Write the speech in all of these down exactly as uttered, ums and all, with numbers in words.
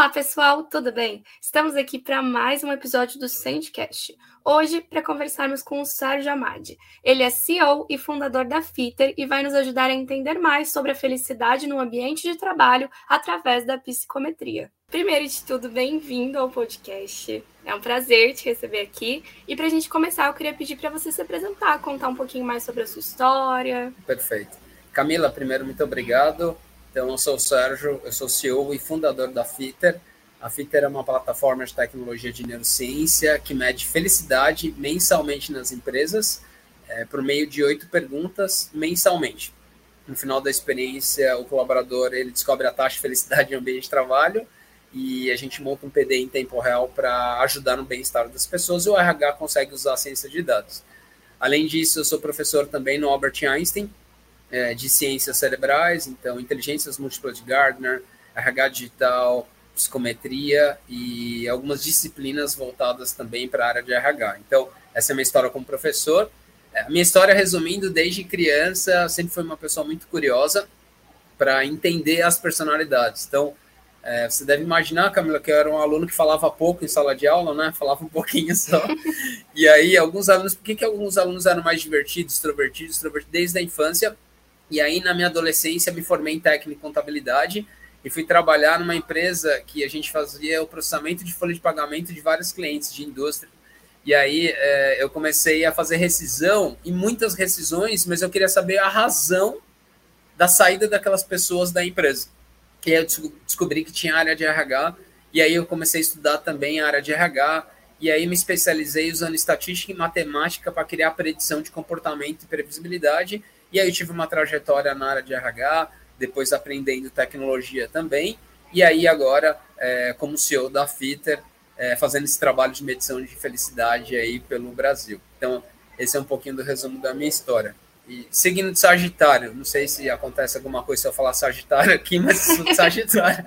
Olá, pessoal, tudo bem? Estamos aqui para mais um episódio do Sendcast. Hoje, para conversarmos com o Sérgio Amadi. Ele é C E O e fundador da Fitter e vai nos ajudar a entender mais sobre a felicidade no ambiente de trabalho através da psicometria. Primeiro de tudo, bem-vindo ao podcast. É um prazer te receber aqui. E para a gente começar, eu queria pedir para você se apresentar, contar um pouquinho mais sobre a sua história. Perfeito. Camila, primeiro, muito obrigado. Então, eu sou o Sérgio, eu sou C E O e fundador da Fitter. A Fitter é uma plataforma de tecnologia de neurociência que mede felicidade mensalmente nas empresas, é, por meio de oito perguntas mensalmente. No final da experiência, o colaborador ele descobre a taxa de felicidade no ambiente de trabalho e a gente monta um P D em tempo real para ajudar no bem-estar das pessoas e o R H consegue usar a ciência de dados. Além disso, eu sou professor também no Albert Einstein, é, de ciências cerebrais, então inteligências múltiplas de Gardner, R H digital, psicometria e algumas disciplinas voltadas também para a área de R H. Então, essa é a minha história como professor. A minha história, resumindo, desde criança, sempre fui uma pessoa muito curiosa para entender as personalidades. Então, é, você deve imaginar, Camila, que eu era um aluno que falava pouco em sala de aula, né? Falava um pouquinho só. E aí, alguns alunos... Por que, que alguns alunos eram mais divertidos, extrovertidos, extrovertidos desde a infância? E aí, na minha adolescência, me formei em técnica em contabilidade e fui trabalhar numa empresa que a gente fazia o processamento de folha de pagamento de vários clientes de indústria. E aí é, eu comecei a fazer rescisão, e muitas rescisões, mas eu queria saber a razão da saída daquelas pessoas da empresa. E aí eu descobri que tinha área de R H, e aí eu comecei a estudar também a área de R H, e aí me especializei usando estatística e matemática para criar predição de comportamento e previsibilidade, e aí eu tive uma trajetória na área de R H, depois aprendendo tecnologia também, e aí agora, é, como C E O da Fitter, é, fazendo esse trabalho de medição de felicidade aí pelo Brasil. Então, esse é um pouquinho do resumo da minha história. E seguindo de Sagitário, não sei se acontece alguma coisa se eu falar Sagitário aqui, mas sou de Sagitário.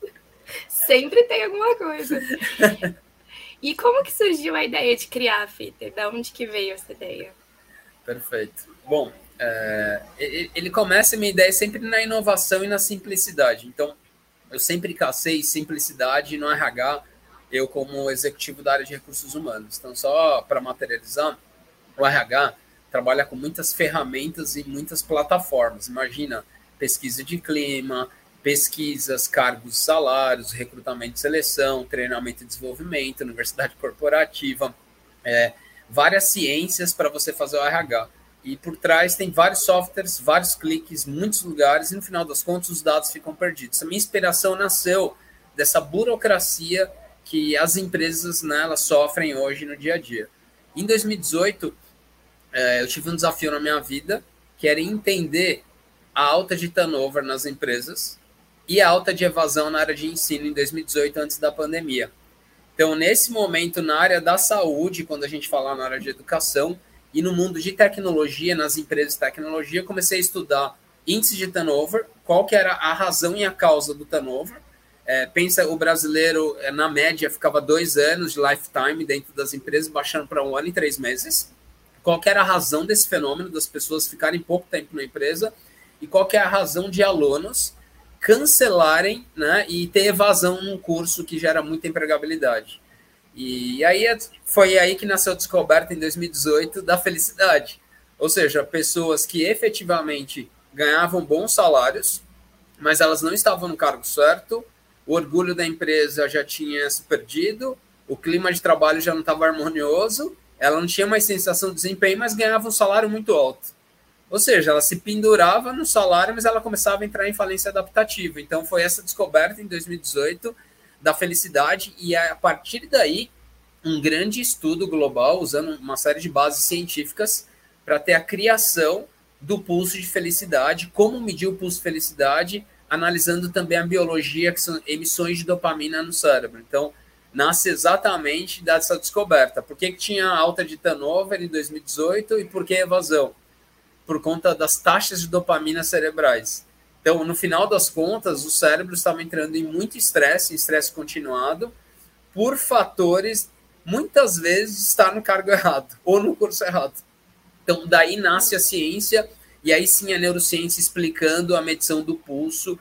Sempre tem alguma coisa. E como que surgiu a ideia de criar a Fitter? Da onde que veio essa ideia? Perfeito. Bom, É, ele começa a minha ideia sempre na inovação e na simplicidade. Então, eu sempre cacei simplicidade no R H, eu como executivo da área de recursos humanos. Então, só para materializar, o R H trabalha com muitas ferramentas e muitas plataformas. Imagina, pesquisa de clima, pesquisas, cargos, salários, recrutamento e seleção, treinamento e desenvolvimento, universidade corporativa, é, várias ciências para você fazer o R H. E por trás tem vários softwares, vários cliques, muitos lugares, e no final das contas os dados ficam perdidos. A minha inspiração nasceu dessa burocracia que as empresas, né, elas sofrem hoje no dia a dia. Em dois mil e dezoito, é, eu tive um desafio na minha vida, que era entender a alta de turnover nas empresas e a alta de evasão na área de ensino em dois mil e dezoito, antes da pandemia. Então, nesse momento, na área da saúde, quando a gente fala na área de educação, e no mundo de tecnologia, nas empresas de tecnologia, comecei a estudar índice de turnover, qual que era a razão e a causa do turnover. É, pensa, o brasileiro, na média, ficava dois anos de lifetime dentro das empresas, baixando para um ano e três meses. Qual que era a razão desse fenômeno, das pessoas ficarem pouco tempo na empresa, e qual que é a razão de alunos cancelarem, né, e ter evasão num curso que gera muita empregabilidade. E aí foi aí que nasceu a descoberta em dois mil e dezoito da felicidade. Ou seja, pessoas que efetivamente ganhavam bons salários, mas elas não estavam no cargo certo, o orgulho da empresa já tinha se perdido, o clima de trabalho já não estava harmonioso, ela não tinha mais sensação de desempenho, mas ganhava um salário muito alto. Ou seja, ela se pendurava no salário, mas ela começava a entrar em falência adaptativa. Então foi essa descoberta em dois mil e dezoito da felicidade, e a partir daí, um grande estudo global, usando uma série de bases científicas, para ter a criação do pulso de felicidade, como medir o pulso de felicidade, analisando também a biologia, que são emissões de dopamina no cérebro. Então, nasce exatamente dessa descoberta. Por que, que tinha alta de turnover em dois mil e dezoito e por que evasão? Por conta das taxas de dopamina cerebrais. Então, no final das contas, o cérebro estava entrando em muito estresse, em estresse continuado, por fatores, muitas vezes, estar no cargo errado, ou no curso errado. Então, daí nasce a ciência, e aí sim a neurociência explicando a medição do pulso,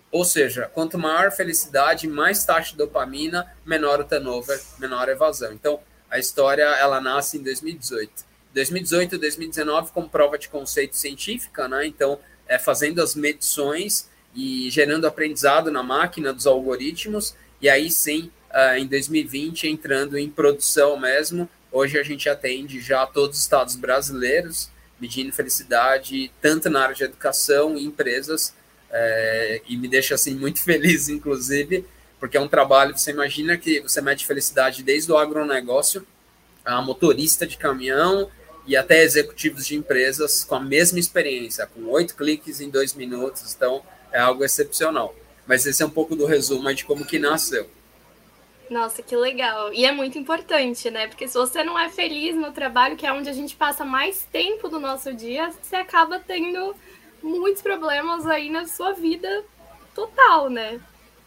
Ou seja, quanto maior felicidade, mais taxa de dopamina, menor o turnover, menor a evasão. Então, a história ela nasce em dois mil e dezoito. dois mil e dezoito e dois mil e dezenove como prova de conceito científica, né? Então, é, fazendo as medições e gerando aprendizado na máquina dos algoritmos, e aí sim, uh, em dois mil e vinte, entrando em produção mesmo. Hoje a gente atende já todos os estados brasileiros, medindo felicidade, tanto na área de educação e empresas, é, e me deixa assim muito feliz, inclusive, porque é um trabalho, você imagina que você mede felicidade desde o agronegócio, a motorista de caminhão e até executivos de empresas com a mesma experiência, com oito cliques em dois minutos, então é algo excepcional. Mas esse é um pouco do resumo de como que nasceu. Nossa, que legal. E é muito importante, né? Porque se você não é feliz no trabalho, que é onde a gente passa mais tempo do nosso dia, você acaba tendo muitos problemas aí na sua vida total, né?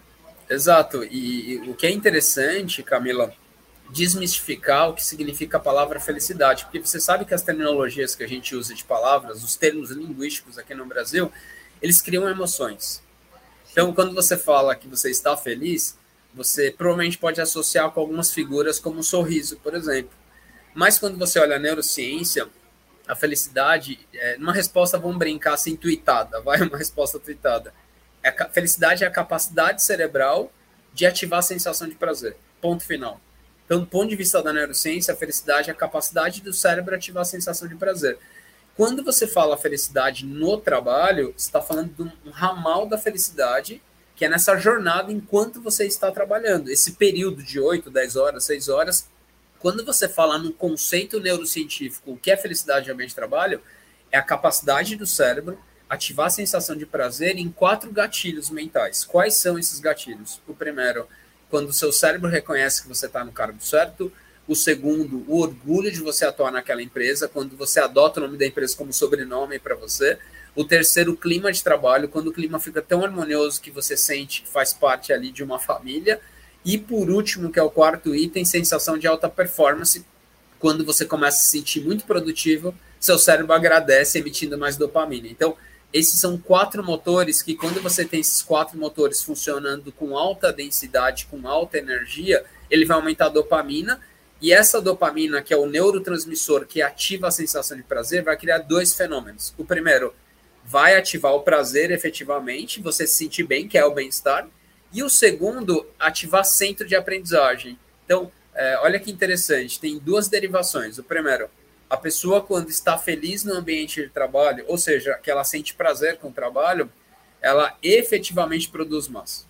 Exato. E, e o que é interessante, Camila, desmistificar o que significa a palavra felicidade, porque você sabe que as terminologias que a gente usa de palavras, os termos linguísticos aqui no Brasil, eles criam emoções. Então, quando você fala que você está feliz, você provavelmente pode associar com algumas figuras como um sorriso, por exemplo. Mas quando você olha a neurociência, a felicidade, é, numa resposta, vamos brincar assim, tweetada, vai uma resposta tweetada. A felicidade é a capacidade cerebral de ativar a sensação de prazer. Ponto final. Então, do ponto de vista da neurociência, a felicidade é a capacidade do cérebro ativar a sensação de prazer. Quando você fala felicidade no trabalho, você está falando de um ramal da felicidade, que é nessa jornada enquanto você está trabalhando. Esse período de oito, dez horas, seis horas, quando você fala no conceito neurocientífico, o que é felicidade no ambiente de trabalho, é a capacidade do cérebro ativar a sensação de prazer em quatro gatilhos mentais. Quais são esses gatilhos? O primeiro, quando o seu cérebro reconhece que você está no cargo certo. O segundo, o orgulho de você atuar naquela empresa, quando você adota o nome da empresa como sobrenome para você. O terceiro, o clima de trabalho, quando o clima fica tão harmonioso que você sente que faz parte ali de uma família. E por último, que é o quarto item, sensação de alta performance, quando você começa a se sentir muito produtivo, seu cérebro agradece emitindo mais dopamina. Então, esses são quatro motores que, quando você tem esses quatro motores funcionando com alta densidade, com alta energia, ele vai aumentar a dopamina. E essa dopamina, que é o neurotransmissor que ativa a sensação de prazer, vai criar dois fenômenos. O primeiro, vai ativar o prazer efetivamente, você se sentir bem, que é o bem-estar. E o segundo, ativar centro de aprendizagem. Então, é, olha que interessante, tem duas derivações. O primeiro, a pessoa quando está feliz no ambiente de trabalho, ou seja, que ela sente prazer com o trabalho, ela efetivamente produz mais.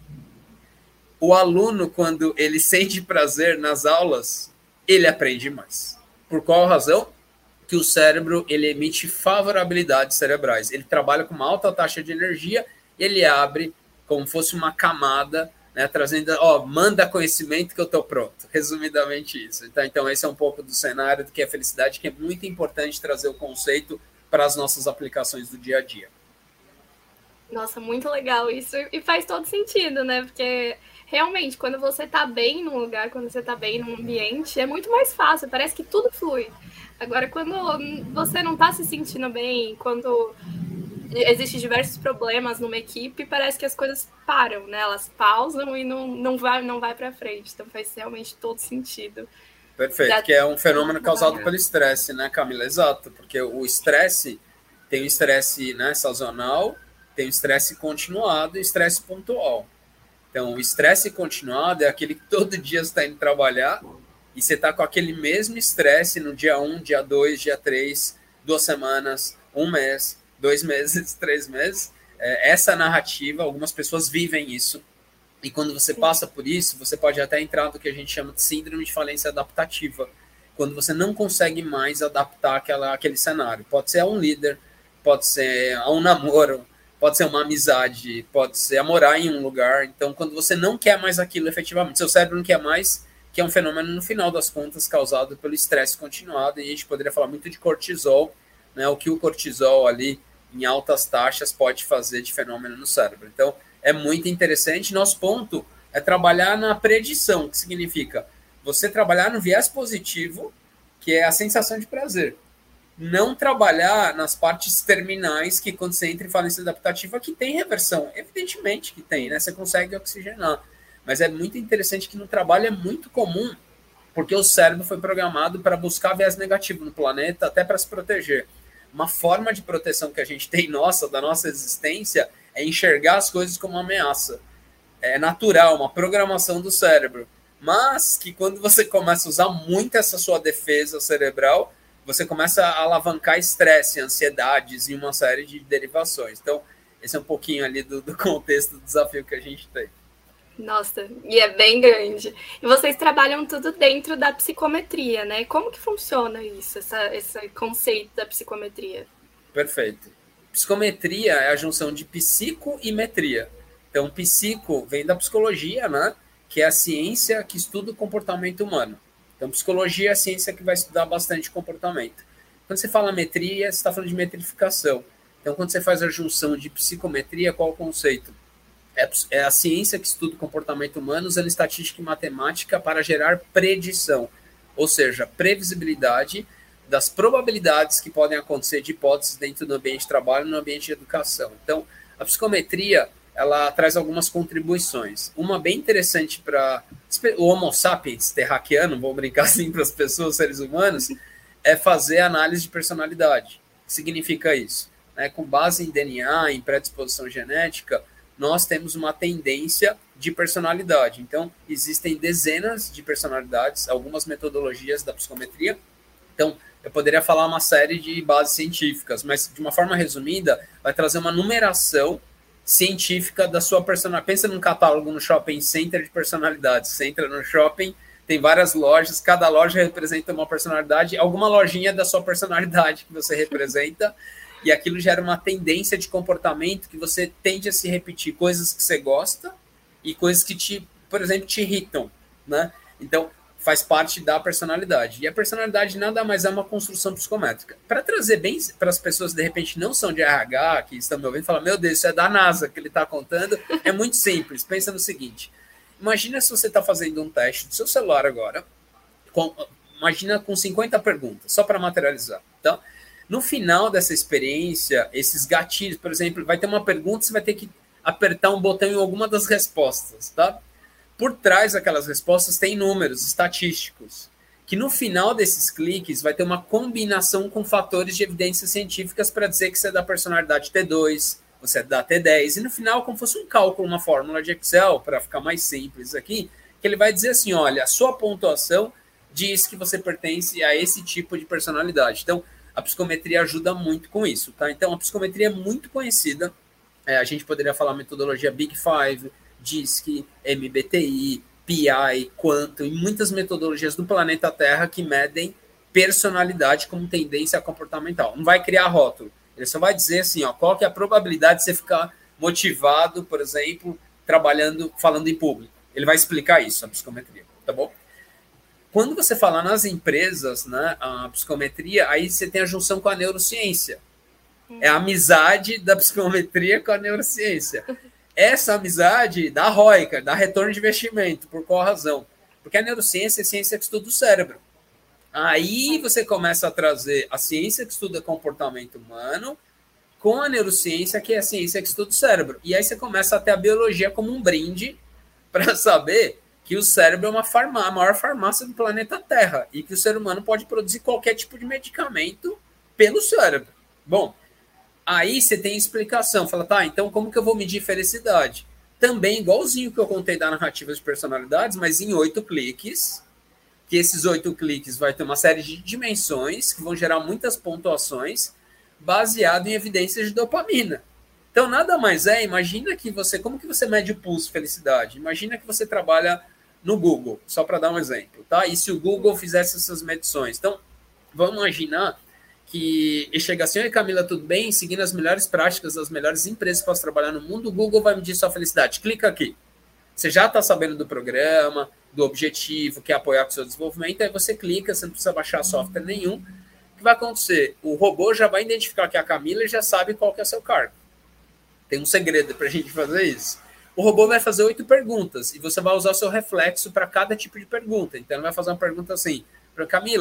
O aluno, quando ele sente prazer nas aulas, ele aprende mais. Por qual razão? Que o cérebro ele emite favorabilidades cerebrais. Ele trabalha com uma alta taxa de energia, ele abre como fosse uma camada, né, trazendo, ó, manda conhecimento que eu estou pronto. Resumidamente isso. Então, então, esse é um pouco do cenário do que é felicidade, que é muito importante trazer o conceito para as nossas aplicações do dia a dia. Nossa, muito legal isso. E faz todo sentido, né? Porque realmente, quando você tá bem num lugar, quando você tá bem num ambiente, é muito mais fácil, parece que tudo flui. Agora, quando você não tá se sentindo bem, quando existem diversos problemas numa equipe, parece que as coisas param, né? Elas pausam e não, não vai, não vai pra frente. Então faz realmente todo sentido. Perfeito, Já... que é um fenômeno causado pelo estresse, né, Camila? Exato, porque o estresse tem o estresse, né, sazonal, tem o estresse continuado e estresse pontual. Então, o estresse continuado é aquele que todo dia você está indo trabalhar e você está com aquele mesmo estresse no dia um, dia dois, dia três, duas semanas, um mês, dois meses, três meses. É, essa narrativa, algumas pessoas vivem isso. E quando você passa por isso, você pode até entrar no que a gente chama de síndrome de falência adaptativa, quando você não consegue mais adaptar aquela, aquele cenário. Pode ser a um líder, pode ser a um namoro, pode ser uma amizade, pode ser a morar em um lugar. Então, quando você não quer mais aquilo efetivamente, seu cérebro não quer mais, que é um fenômeno, no final das contas, causado pelo estresse continuado, e a gente poderia falar muito de cortisol, né, o que o cortisol ali, em altas taxas, pode fazer de fenômeno no cérebro. Então, é muito interessante. Nosso ponto é trabalhar na predição, que significa você trabalhar no viés positivo, que é a sensação de prazer. não trabalhar nas partes terminais que quando você entra em falência adaptativa que tem reversão. Evidentemente que tem, né? Você consegue oxigenar. Mas é muito interessante que no trabalho é muito comum, porque o cérebro foi programado para buscar viés negativo no planeta, até para se proteger. Uma forma de proteção que a gente tem nossa, da nossa existência, é enxergar as coisas como uma ameaça. É natural, uma programação do cérebro. Mas que quando você começa a usar muito essa sua defesa cerebral, você começa a alavancar estresse, ansiedades e uma série de derivações. Então, esse é um pouquinho ali do, do contexto do desafio que a gente tem. Nossa, e é bem grande. E vocês trabalham tudo dentro da psicometria, né? Como que funciona isso, essa, esse conceito da psicometria? Perfeito. Psicometria é a junção de psico e metria. Então, psico vem da psicologia, né? Que é a ciência que estuda o comportamento humano. Então, psicologia é a ciência que vai estudar bastante comportamento. Quando você fala metria, você está falando de metrificação. Então, quando você faz a junção de psicometria, qual o conceito? É a ciência que estuda o comportamento humano usando estatística e matemática para gerar predição, ou seja, previsibilidade das probabilidades que podem acontecer de hipóteses dentro do ambiente de trabalho e no ambiente de educação. Então, a psicometria, ela traz algumas contribuições. Uma bem interessante para o Homo sapiens terraquiano, vou brincar assim para as pessoas, seres humanos, é fazer análise de personalidade. O que significa isso? É, com base em D N A, em predisposição genética, nós temos uma tendência de personalidade. Então, existem dezenas de personalidades, algumas metodologias da psicometria. Então, eu poderia falar uma série de bases científicas, mas de uma forma resumida, vai trazer uma numeração científica da sua personalidade. Pensa num catálogo no shopping center de personalidades. Você entra no shopping, tem várias lojas, cada loja representa uma personalidade, alguma lojinha da sua personalidade que você representa, e aquilo gera uma tendência de comportamento que você tende a se repetir coisas que você gosta e coisas que, te, por exemplo, te irritam, né? Então, faz parte da personalidade. E a personalidade nada mais é uma construção psicométrica. Para trazer bem para as pessoas que, de repente, não são de R H, que estão me ouvindo, falar, meu Deus, isso é da NASA que ele está contando, é muito simples. Pensa no seguinte, imagina se você está fazendo um teste do seu celular agora, com, imagina com cinquenta perguntas, só para materializar, tá? No final dessa experiência, esses gatilhos, por exemplo, vai ter uma pergunta, você vai ter que apertar um botão em alguma das respostas, tá? Por trás daquelas respostas tem números estatísticos, que no final desses cliques vai ter uma combinação com fatores de evidências científicas para dizer que você é da personalidade T dois, você é da T dez, e no final, como fosse um cálculo, uma fórmula de Excel, para ficar mais simples aqui, que ele vai dizer assim, olha, a sua pontuação diz que você pertence a esse tipo de personalidade. Então, a psicometria ajuda muito com isso, tá? Então, a psicometria é muito conhecida. É, a gente poderia falar metodologia Big Five, D I S C, M B T I, P I, Quantum, e muitas metodologias do planeta Terra que medem personalidade como tendência comportamental. Não vai criar rótulo. Ele só vai dizer assim, ó, qual que é a probabilidade de você ficar motivado, por exemplo, trabalhando, falando em público. Ele vai explicar isso, a psicometria, tá bom? Quando você fala nas empresas, né, a psicometria, aí você tem a junção com a neurociência. É a amizade da psicometria com a neurociência. Essa amizade dá R O I, cara, dá retorno de investimento. Por qual razão? Porque a neurociência é a ciência que estuda o cérebro. Aí você começa a trazer a ciência que estuda comportamento humano com a neurociência, que é a ciência que estuda o cérebro. E aí você começa a ter a biologia como um brinde para saber que o cérebro é uma farmá- a maior farmácia do planeta Terra e que o ser humano pode produzir qualquer tipo de medicamento pelo cérebro. Bom, aí você tem explicação. Fala, tá, então como que eu vou medir felicidade? Também igualzinho que eu contei da narrativa de personalidades, mas em oito cliques, que esses oito cliques vai ter uma série de dimensões que vão gerar muitas pontuações baseado em evidências de dopamina. Então, nada mais é, imagina que você, como que você mede o pulso de felicidade? Imagina que você trabalha no Google, só para dar um exemplo, tá? E se o Google fizesse essas medições? Então, vamos imaginar que e chega assim, oi Camila, tudo bem? Seguindo as melhores práticas das melhores empresas para trabalhar no mundo, o Google vai medir sua felicidade. Clica aqui. Você já está sabendo do programa, do objetivo, que é apoiar o seu desenvolvimento, aí você clica, você não precisa baixar software nenhum. O que vai acontecer? O robô já vai identificar que é a Camila e já sabe qual que é o seu cargo. Tem um segredo para a gente fazer isso. O robô vai fazer oito perguntas e você vai usar o seu reflexo para cada tipo de pergunta. Então, ele vai fazer uma pergunta assim, para Camila,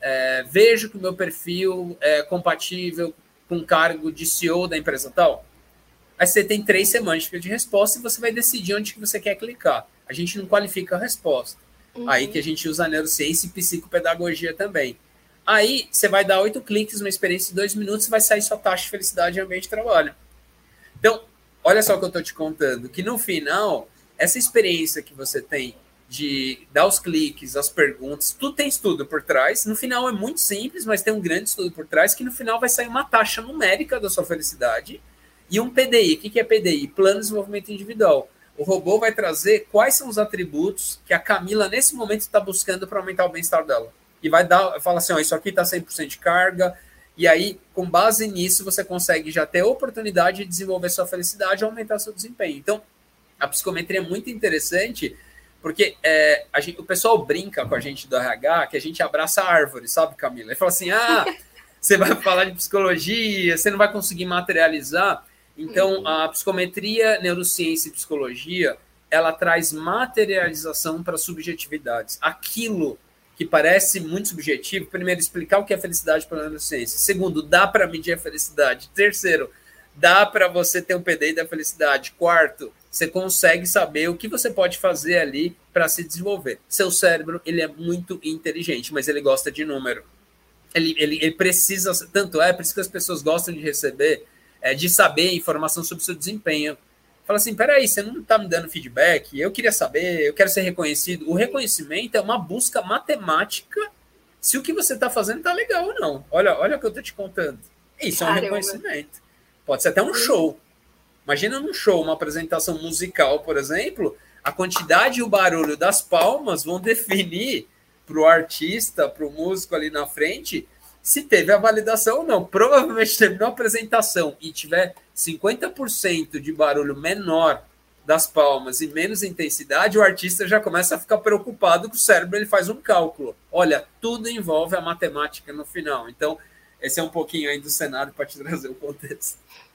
é, vejo que o meu perfil é compatível com o cargo de C E O da empresa tal. Aí você tem três semânticas de resposta e você vai decidir onde que você quer clicar. A gente não qualifica a resposta. Uhum. Aí que a gente usa a neurociência e psicopedagogia também. Aí você vai dar oito cliques, uma experiência de dois minutos e vai sair sua taxa de felicidade em ambiente de trabalho. Então, olha só o que eu estou te contando, que no final, essa experiência que você tem de dar os cliques, as perguntas, tudo tem estudo por trás. No final é muito simples, mas tem um grande estudo por trás, que no final vai sair uma taxa numérica da sua felicidade e um P D I. O que é P D I? Plano de Desenvolvimento Individual. O robô vai trazer quais são os atributos que a Camila, nesse momento, está buscando para aumentar o bem-estar dela. E vai dar, fala assim, ó, isso aqui está cem por cento de carga, e aí, com base nisso, você consegue já ter a oportunidade de desenvolver sua felicidade e aumentar seu desempenho. Então, a psicometria é muito interessante, porque é, a gente, o pessoal brinca com a gente do R H, que a gente abraça a árvore, sabe, Camila? Ele fala assim, ah, você vai falar de psicologia, você não vai conseguir materializar. Então, a psicometria, neurociência e psicologia, ela traz materialização para subjetividades. Aquilo que parece muito subjetivo, primeiro, explicar o que é felicidade pela neurociência. Segundo, dá para medir a felicidade. Terceiro, dá para você ter um P D I da felicidade. Quarto, você consegue saber o que você pode fazer ali para se desenvolver. Seu cérebro, ele é muito inteligente, mas ele gosta de número. Ele, ele, ele precisa, tanto é, por isso que as pessoas gostam de receber, é, de saber informação sobre o seu desempenho. Fala assim, peraí, você não está me dando feedback, eu queria saber, eu quero ser reconhecido. O reconhecimento é uma busca matemática se o que você está fazendo está legal ou não. Olha, olha o que eu estou te contando. Isso é um reconhecimento. Pode ser até um show. Imagina num show, uma apresentação musical, por exemplo, a quantidade e o barulho das palmas vão definir para o artista, para o músico ali na frente, se teve a validação ou não. Provavelmente terminou a apresentação e tiver cinquenta por cento de barulho menor das palmas e menos intensidade, o artista já começa a ficar preocupado com o cérebro, ele faz um cálculo. Olha, tudo envolve a matemática no final. Então, esse é um pouquinho aí do cenário para te trazer o contexto.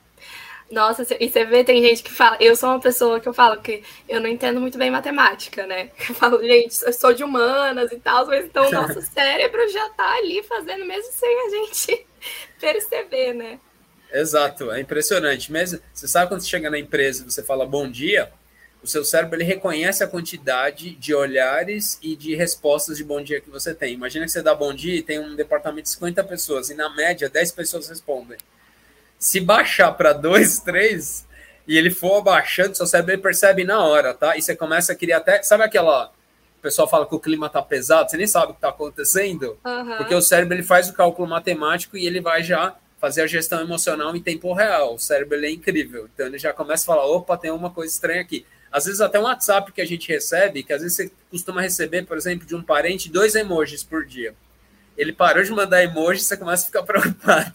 Nossa, e você vê, tem gente que fala, eu sou uma pessoa que eu falo que eu não entendo muito bem matemática, né? Eu falo, gente, eu sou de humanas e tal, mas então o nosso cérebro já tá ali fazendo mesmo sem a gente perceber, né? Exato, é impressionante. Mesmo, você sabe quando você chega na empresa e você fala bom dia, o seu cérebro ele reconhece a quantidade de olhares e de respostas de bom dia que você tem. Imagina que você dá bom dia e tem um departamento de cinquenta pessoas e na média dez pessoas respondem. Se baixar para dois, três, e ele for abaixando, seu cérebro ele percebe na hora, tá? E você começa a criar até... Sabe aquela... O pessoal fala que o clima tá pesado, você nem sabe o que tá acontecendo? Uhum. Porque o cérebro ele faz o cálculo matemático e ele vai já fazer a gestão emocional em tempo real. O cérebro ele é incrível. Então ele já começa a falar, opa, tem uma coisa estranha aqui. Às vezes até um WhatsApp que a gente recebe, que às vezes você costuma receber, por exemplo, de um parente, dois emojis por dia. Ele parou de mandar emoji, você começa a ficar preocupado.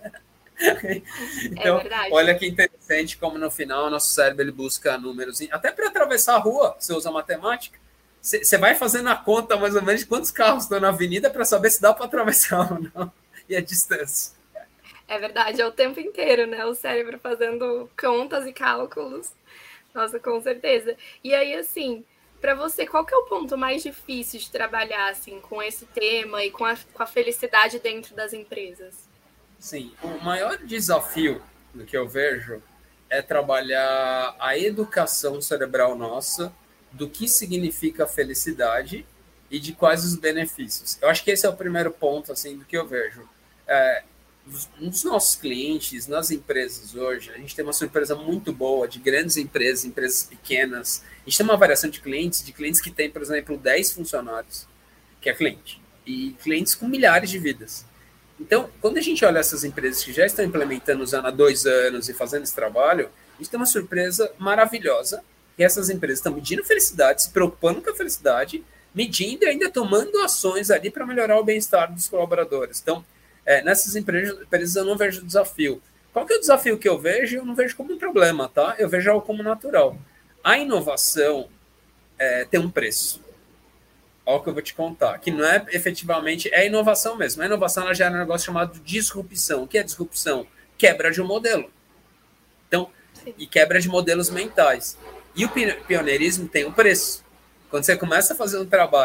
Então, é olha que interessante como no final o nosso cérebro ele busca números. Até para atravessar a rua, você usa matemática. Você vai fazendo a conta mais ou menos de quantos carros estão na avenida para saber se dá para atravessar ou não. E a distância. É verdade, é o tempo inteiro, né? O cérebro fazendo contas e cálculos. Nossa, com certeza. E aí, assim, para você, qual que é o ponto mais difícil de trabalhar assim, com esse tema e com a, com a felicidade dentro das empresas? Sim, o maior desafio do que eu vejo é trabalhar a educação cerebral nossa do que significa felicidade e de quais os benefícios. Eu acho que esse é o primeiro ponto assim, do que eu vejo. É, nos nossos clientes, nas empresas hoje, a gente tem uma surpresa muito boa de grandes empresas, empresas pequenas. A gente tem uma variação de clientes, de clientes que têm, por exemplo, dez funcionários, que é cliente, e clientes com milhares de vidas. Então, quando a gente olha essas empresas que já estão implementando, usando há dois anos e fazendo esse trabalho, a gente tem uma surpresa maravilhosa, que essas empresas estão medindo felicidade, se preocupando com a felicidade, medindo e ainda tomando ações ali para melhorar o bem-estar dos colaboradores. Então, é, nessas empresas, empresas eu não vejo desafio. Qual que é o desafio que eu vejo? Eu não vejo como um problema, tá? Eu vejo algo como natural. A inovação é, tem um preço. Olha o que eu vou te contar, que não é efetivamente, é inovação mesmo. A inovação ela gera um negócio chamado disrupção. O que é disrupção? Quebra de um modelo. Então, e quebra de modelos mentais. E o pioneirismo tem um preço. Quando você começa a fazer um trabalho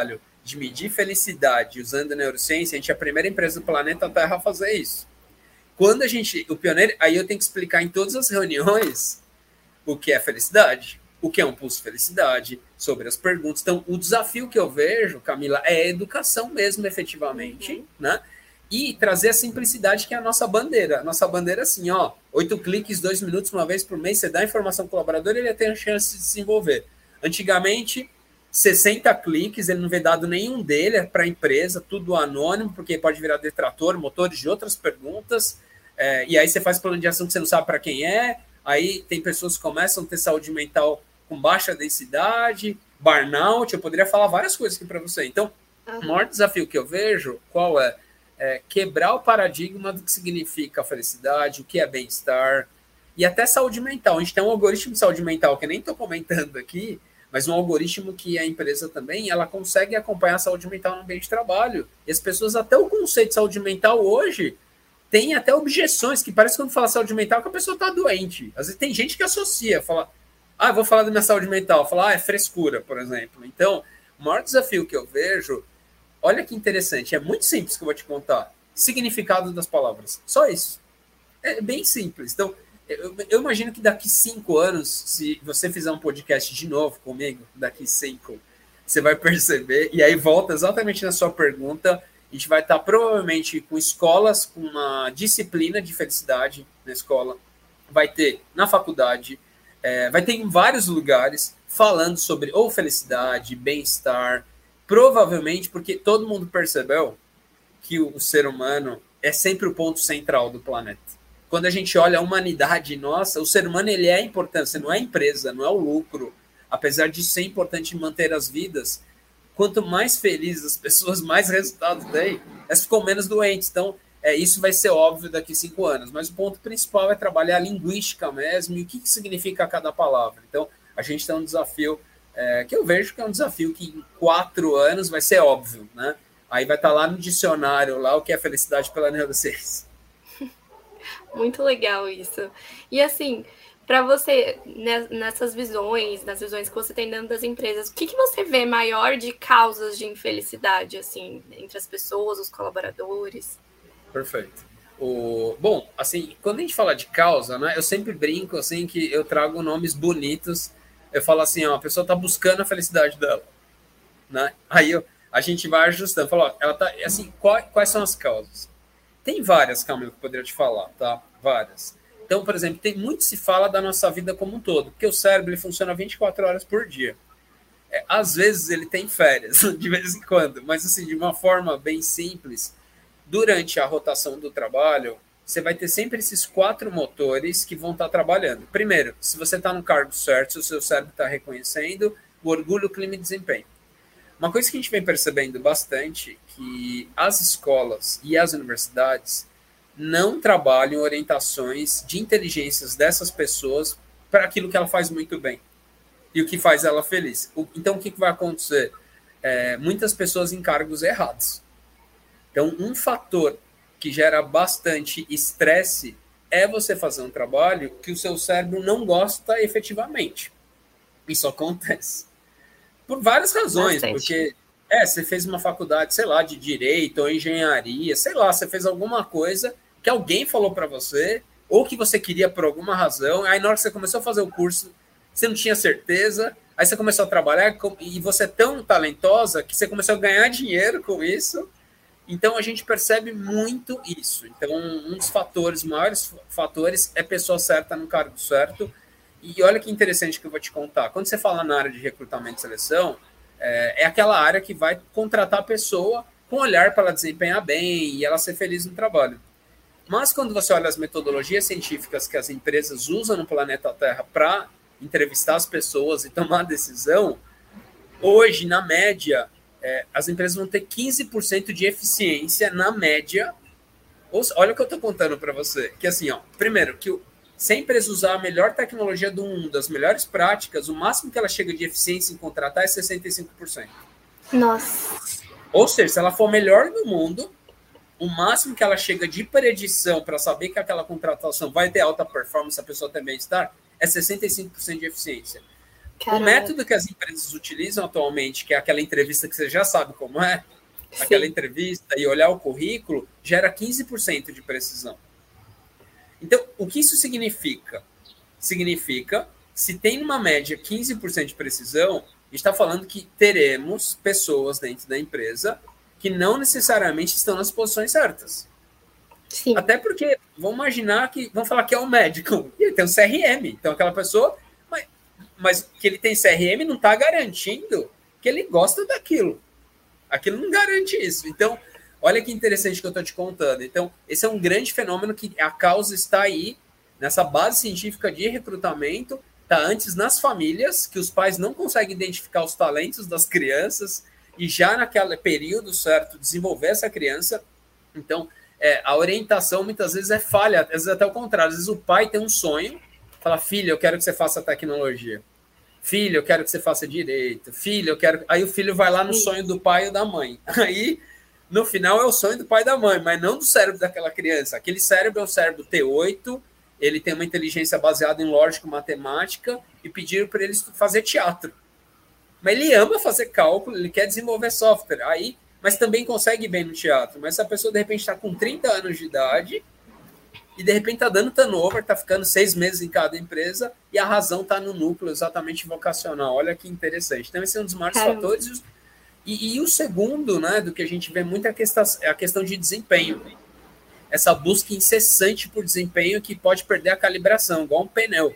de medir felicidade usando neurociência, a gente é a primeira empresa do planeta Terra a fazer isso. Quando a gente, o pioneiro, aí eu tenho que explicar em todas as reuniões o que é felicidade, o que é um pulso de felicidade, sobre as perguntas. Então, o desafio que eu vejo, Camila, é a educação mesmo, efetivamente, uhum. né? E trazer a simplicidade, que é a nossa bandeira. A nossa bandeira é assim, ó, oito cliques, dois minutos, uma vez por mês, você dá a informação pro colaborador, ele tem a chance de se desenvolver. Antigamente, sessenta cliques, ele não vê dado nenhum dele, é para a empresa, tudo anônimo, porque pode virar detrator, motores de outras perguntas, é, e aí você faz plano de ação que você não sabe para quem é, aí tem pessoas que começam a ter saúde mental com baixa densidade, burnout, eu poderia falar várias coisas aqui para você. Então, uhum. o maior desafio que eu vejo, qual é? É, quebrar o paradigma do que significa felicidade, o que é bem-estar, e até saúde mental. A gente tem um algoritmo de saúde mental que eu nem estou comentando aqui, mas um algoritmo que a empresa também, ela consegue acompanhar a saúde mental no ambiente de trabalho. E as pessoas, até o conceito de saúde mental hoje, tem até objeções, que parece que quando fala saúde mental que a pessoa está doente. Às vezes tem gente que associa, fala, ah, vou falar da minha saúde mental, fala, ah, é frescura, por exemplo. Então, o maior desafio que eu vejo, olha que interessante, é muito simples que eu vou te contar. Significado das palavras. Só isso. É bem simples. Então, eu, eu imagino que daqui cinco anos, se você fizer um podcast de novo comigo, daqui cinco, você vai perceber, e aí volta exatamente na sua pergunta, a gente vai estar provavelmente com escolas, com uma disciplina de felicidade na escola, vai ter na faculdade, é, vai ter em vários lugares falando sobre ou felicidade, bem-estar, provavelmente porque todo mundo percebeu que o, o ser humano é sempre o ponto central do planeta. Quando a gente olha a humanidade nossa, o ser humano ele é importante, não é a empresa, não é o lucro. Apesar de ser importante manter as vidas, quanto mais felizes as pessoas, mais resultados têm, elas ficam menos doentes. Então, é, isso vai ser óbvio daqui a cinco anos. Mas o ponto principal é trabalhar a linguística mesmo e o que, que significa cada palavra. Então, a gente tem um desafio É, que eu vejo que é um desafio que em quatro anos vai ser óbvio, né? Aí vai estar lá no dicionário, lá o que é felicidade pela neurociência. Muito legal isso. E assim, para você, nessas visões, nas visões que você tem dentro das empresas, o que, que você vê maior de causas de infelicidade, assim, entre as pessoas, os colaboradores? Perfeito. O, bom, assim, quando a gente fala de causa, né, eu sempre brinco, assim, que eu trago nomes bonitos. Eu falo assim, ó, a pessoa está buscando a felicidade dela, né? Aí eu, a gente vai ajustando, fala, ó, ela tá, assim, qual, quais são as causas? Tem várias, Camila, que eu poderia te falar, tá? Várias. Então, por exemplo, tem muito se fala da nossa vida como um todo, porque o cérebro ele funciona vinte e quatro horas por dia. É, às vezes ele tem férias, de vez em quando, mas assim, de uma forma bem simples, durante a rotação do trabalho, você vai ter sempre esses quatro motores que vão estar trabalhando. Primeiro, se você está no cargo certo, se o seu cérebro está reconhecendo, o orgulho, o clima e desempenho. Uma coisa que a gente vem percebendo bastante, que as escolas e as universidades não trabalham orientações de inteligências dessas pessoas para aquilo que ela faz muito bem e o que faz ela feliz. Então, o que vai acontecer? É, muitas pessoas em cargos errados. Então, um fator que gera bastante estresse é você fazer um trabalho que o seu cérebro não gosta efetivamente. Isso acontece. Por várias razões, bastante. Porque é, você fez uma faculdade, sei lá, de direito ou engenharia, sei lá, você fez alguma coisa que alguém falou para você, ou que você queria por alguma razão, aí na hora que você começou a fazer o curso, você não tinha certeza, aí você começou a trabalhar e você é tão talentosa que você começou a ganhar dinheiro com isso. Então, a gente percebe muito isso. Então, um dos fatores, maiores fatores, é a pessoa certa no cargo certo. E olha que interessante que eu vou te contar. Quando você fala na área de recrutamento e seleção, é, é aquela área que vai contratar a pessoa com olhar para ela desempenhar bem e ela ser feliz no trabalho. Mas, quando você olha as metodologias científicas que as empresas usam no planeta Terra para entrevistar as pessoas e tomar decisão, hoje, na média, É, as empresas vão ter quinze por cento de eficiência na média. Olha o que eu estou contando para você. Que assim, ó, primeiro, que se a empresa usar a melhor tecnologia do mundo, as melhores práticas, o máximo que ela chega de eficiência em contratar é sessenta e cinco por cento. Nossa. Ou seja, se ela for melhor do mundo, o máximo que ela chega de predição para saber que aquela contratação vai ter alta performance, a pessoa tem bem-estar, é sessenta e cinco por cento de eficiência. Caramba. O método que as empresas utilizam atualmente, que é aquela entrevista que você já sabe como é, Sim. aquela entrevista e olhar o currículo, gera quinze por cento de precisão. Então, o que isso significa? Significa, se tem uma média quinze por cento de precisão, a gente está falando que teremos pessoas dentro da empresa que não necessariamente estão nas posições certas. Sim. Até porque, vamos imaginar que, vamos falar que é um médico, e ele tem um C R M, então aquela pessoa, mas, mas que ele tem C R M não está garantindo que ele gosta daquilo. Aquilo não garante isso. Então, olha que interessante que eu estou te contando. Então, esse é um grande fenômeno que a causa está aí, nessa base científica de recrutamento, está antes nas famílias, que os pais não conseguem identificar os talentos das crianças e já naquele período certo desenvolver essa criança. Então, é, a orientação muitas vezes é falha, às vezes até o contrário. Às vezes o pai tem um sonho, fala, filho, eu quero que você faça tecnologia. Filho, eu quero que você faça direito. Filho, eu quero... Aí o filho vai lá no sonho do pai ou da mãe. Aí... No final é o sonho do pai e da mãe, mas não do cérebro daquela criança. Aquele cérebro é um cérebro T oito, ele tem uma inteligência baseada em lógica e matemática, e pediram para ele fazer teatro. Mas ele ama fazer cálculo, ele quer desenvolver software, aí, mas também consegue bem no teatro. Mas essa pessoa, de repente, está com trinta anos de idade, e de repente está dando turnover, está ficando seis meses em cada empresa, e a razão está no núcleo exatamente vocacional. Olha que interessante. Então, esse é um dos maiores Caramba. fatores. E, e o segundo, né, do que a gente vê muito é a questão, é a questão de desempenho. Essa busca incessante por desempenho que pode perder a calibração, igual um pneu.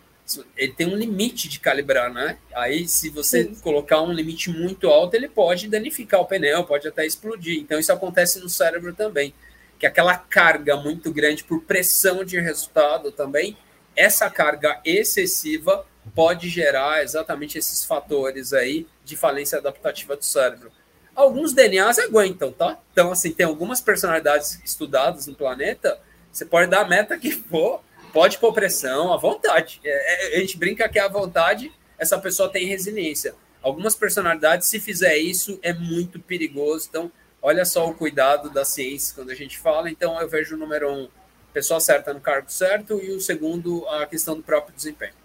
Ele tem um limite de calibrar, né? Aí, se você Sim. colocar um limite muito alto, ele pode danificar o pneu, pode até explodir. Então, isso acontece no cérebro também. Que aquela carga muito grande por pressão de resultado também, essa carga excessiva pode gerar exatamente esses fatores aí de falência adaptativa do cérebro. Alguns D N As aguentam, tá? Então, assim, tem algumas personalidades estudadas no planeta, você pode dar a meta que for, pode pôr pressão, à vontade. É, a gente brinca que à vontade, essa pessoa tem resiliência. Algumas personalidades, se fizer isso, é muito perigoso. Então, olha só o cuidado da ciência quando a gente fala. Então, eu vejo o número um, pessoa certa no cargo certo, e o segundo, a questão do próprio desempenho.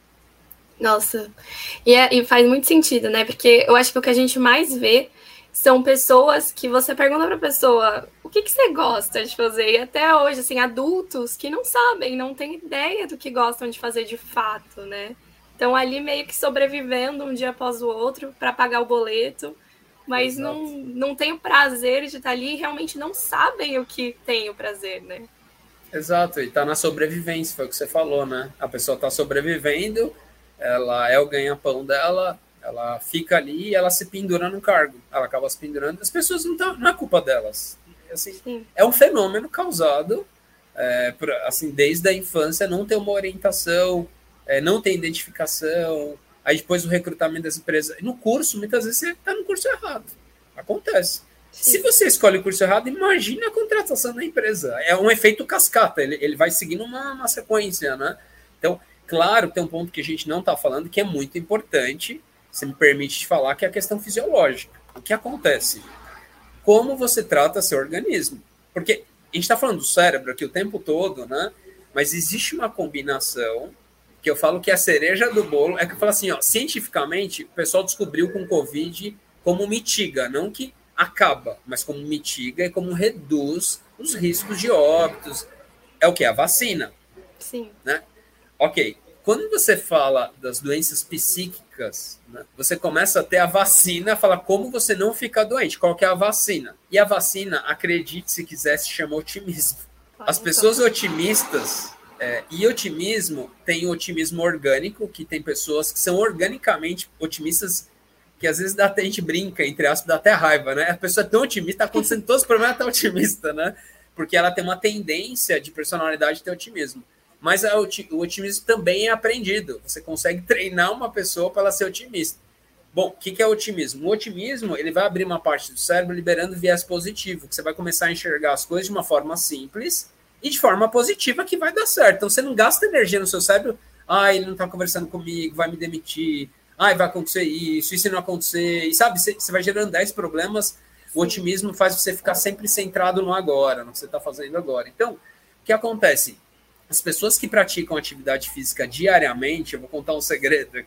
Nossa, e, é, e faz muito sentido, né? Porque eu acho que o que a gente mais vê são pessoas que você pergunta para a pessoa o que, que você gosta de fazer, e até hoje, assim, adultos que não sabem, não têm ideia do que gostam de fazer de fato, né? Estão ali meio que sobrevivendo um dia após o outro para pagar o boleto, mas não, não têm o prazer de estar ali e realmente não sabem o que tem o prazer, né? Exato, e está na sobrevivência, foi o que você falou, né? A pessoa está sobrevivendo, ela é o ganha-pão dela, ela fica ali e ela se pendura no cargo. Ela acaba se pendurando. As pessoas não estão... Não é culpa delas. Assim, é um fenômeno causado, é, por, assim, desde a infância, não ter uma orientação, é, não ter identificação. Aí depois o recrutamento das empresas. No curso, muitas vezes você está no curso errado. Acontece. Sim. Se você escolhe o curso errado, imagina a contratação da empresa. É um efeito cascata. Ele, ele vai seguindo uma, uma sequência, né? Então, claro, tem um ponto que a gente não está falando que é muito importante, se me permite te falar, que é a questão fisiológica. O que acontece? Como você trata seu organismo? Porque a gente está falando do cérebro aqui o tempo todo, né? Mas existe uma combinação que eu falo que é a cereja do bolo, é que eu falo assim, ó, cientificamente, o pessoal descobriu com o Covid como mitiga, não que acaba, mas como mitiga e como reduz os riscos de óbitos. É o que? A vacina. Sim. Né? Ok, quando você fala das doenças psíquicas, né, você começa a ter a vacina, fala como você não fica doente, qual que é a vacina? E a vacina, acredite se quiser, se chama otimismo. As pessoas otimistas, é, e otimismo, tem o otimismo orgânico, que tem pessoas que são organicamente otimistas, que às vezes dá até, a gente brinca, entre aspas, dá até raiva, né? A pessoa é tão otimista, está acontecendo todos os problemas, ela está otimista, né? Porque ela tem uma tendência de personalidade de ter otimismo. Mas a, o otimismo também é aprendido. Você consegue treinar uma pessoa para ela ser otimista. Bom, o que, que é otimismo? O otimismo, ele vai abrir uma parte do cérebro liberando viés positivo, que você vai começar a enxergar as coisas de uma forma simples e de forma positiva que vai dar certo. Então, você não gasta energia no seu cérebro. Ah, ele não está conversando comigo, vai me demitir. Ah, vai acontecer isso, e se não acontecer? E sabe, você, você vai gerando dez problemas. O otimismo faz você ficar sempre centrado no agora, no que você está fazendo agora. Então, o que acontece? As pessoas que praticam atividade física diariamente, eu vou contar um segredo aqui,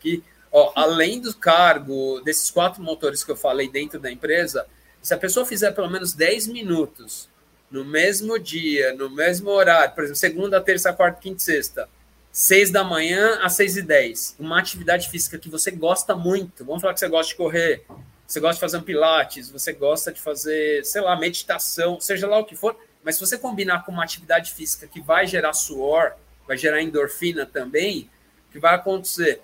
Ó, além do cargo, desses quatro motores que eu falei dentro da empresa, se a pessoa fizer pelo menos dez minutos no mesmo dia, no mesmo horário, por exemplo, segunda, terça, quarta, quinta e sexta, seis da manhã às seis e dez, uma atividade física que você gosta muito, vamos falar que você gosta de correr, você gosta de fazer um pilates, você gosta de fazer, sei lá, meditação, seja lá o que for, mas se você combinar com uma atividade física que vai gerar suor, vai gerar endorfina também, o que vai acontecer?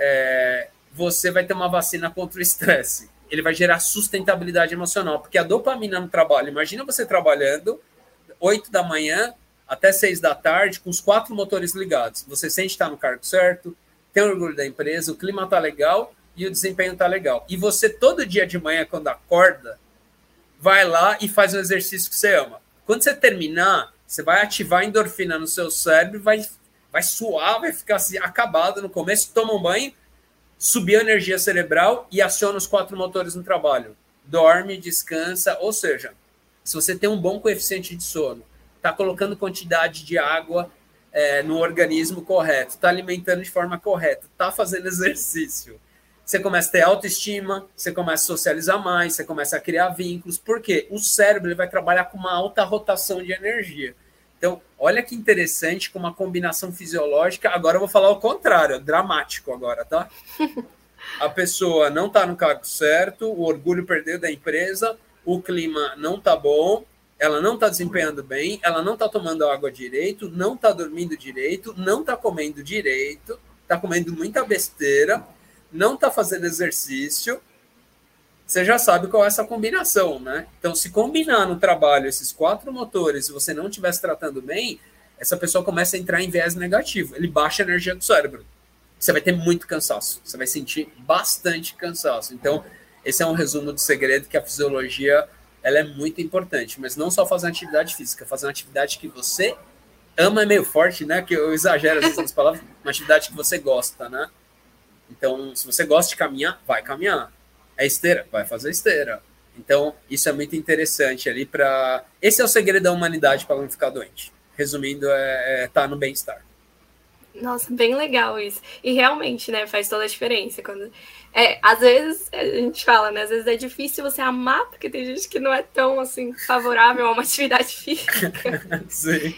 É, você vai ter uma vacina contra o estresse. Ele vai gerar sustentabilidade emocional, porque a dopamina no trabalho, imagina você trabalhando oito da manhã até seis da tarde com os quatro motores ligados. Você sente que está no cargo certo, tem orgulho da empresa, o clima está legal e o desempenho está legal. E você todo dia de manhã, quando acorda, vai lá e faz um exercício que você ama. Quando você terminar, você vai ativar a endorfina no seu cérebro, vai, vai suar, vai ficar assim, acabado no começo, toma um banho, subir a energia cerebral e aciona os quatro motores no trabalho. Dorme, descansa, ou seja, se você tem um bom coeficiente de sono, está colocando quantidade de água é, no organismo correto, está alimentando de forma correta, está fazendo exercício, você começa a ter autoestima, você começa a socializar mais, você começa a criar vínculos, porque o cérebro ele vai trabalhar com uma alta rotação de energia. Então, olha que interessante, com uma combinação fisiológica. Agora eu vou falar o contrário, é dramático agora, tá? A pessoa não está no cargo certo, o orgulho perdeu da empresa, o clima não está bom, ela não está desempenhando bem, ela não está tomando água direito, não está dormindo direito, não está comendo direito, está comendo muita besteira, não está fazendo exercício. Você já sabe qual é essa combinação, né? Então, se combinar no trabalho esses quatro motores, se você não estiver se tratando bem, essa pessoa começa a entrar em viés negativo. Ele baixa a energia do cérebro. Você vai ter muito cansaço. Você vai sentir bastante cansaço. Então, esse é um resumo do segredo, que a fisiologia ela é muito importante. Mas não só fazer uma atividade física, fazer uma atividade que você ama é meio forte, né? Que eu exagero às vezes nas palavras. Uma atividade que você gosta, né? Então, se você gosta de caminhar, vai caminhar. É esteira? Vai fazer esteira. Então, isso é muito interessante ali para... Esse é o segredo da humanidade para não ficar doente. Resumindo, é estar tá no bem-estar. Nossa, bem legal isso. E realmente, né, faz toda a diferença. Quando... É, às vezes, a gente fala, né, às vezes é difícil você amar, porque tem gente que não é tão, assim, favorável a uma atividade física. Sim.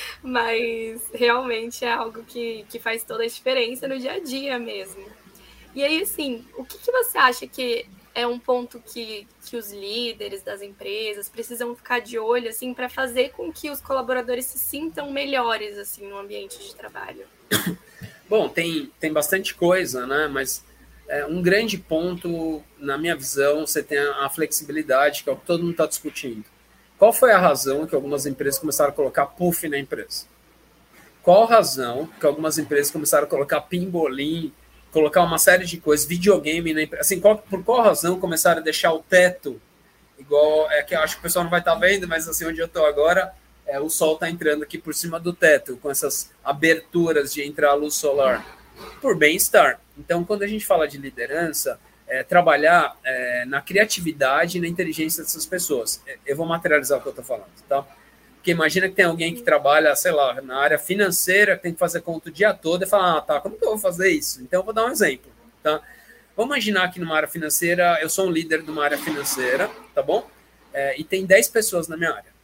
Mas, realmente, é algo que, que faz toda a diferença no dia a dia mesmo. E aí, assim, o que, que você acha que é um ponto que, que os líderes das empresas precisam ficar de olho, assim, para fazer com que os colaboradores se sintam melhores, assim, no ambiente de trabalho? Bom, tem, tem bastante coisa, né? Mas é, um grande ponto, na minha visão, você tem a, a flexibilidade, que é o que todo mundo está discutindo. Qual foi a razão que algumas empresas começaram a colocar puff na empresa? Qual a razão que algumas empresas começaram a colocar pimbolim, colocar uma série de coisas, videogame na empresa? Assim, qual, por qual razão começaram a deixar o teto igual... É que eu acho que o pessoal não vai estar vendo, mas assim, onde eu estou agora... É, o sol está entrando aqui por cima do teto, com essas aberturas de entrar a luz solar, por bem-estar. Então, quando a gente fala de liderança, é trabalhar é, na criatividade e na inteligência dessas pessoas. Eu vou materializar o que eu estou falando, tá? Porque imagina que tem alguém que trabalha, sei lá, na área financeira, que tem que fazer conta o dia todo, e fala, ah, tá, como que eu vou fazer isso? Então, eu vou dar um exemplo, tá? Vamos imaginar que numa área financeira, eu sou um líder de uma área financeira, tá bom? É, e tem dez pessoas na minha área.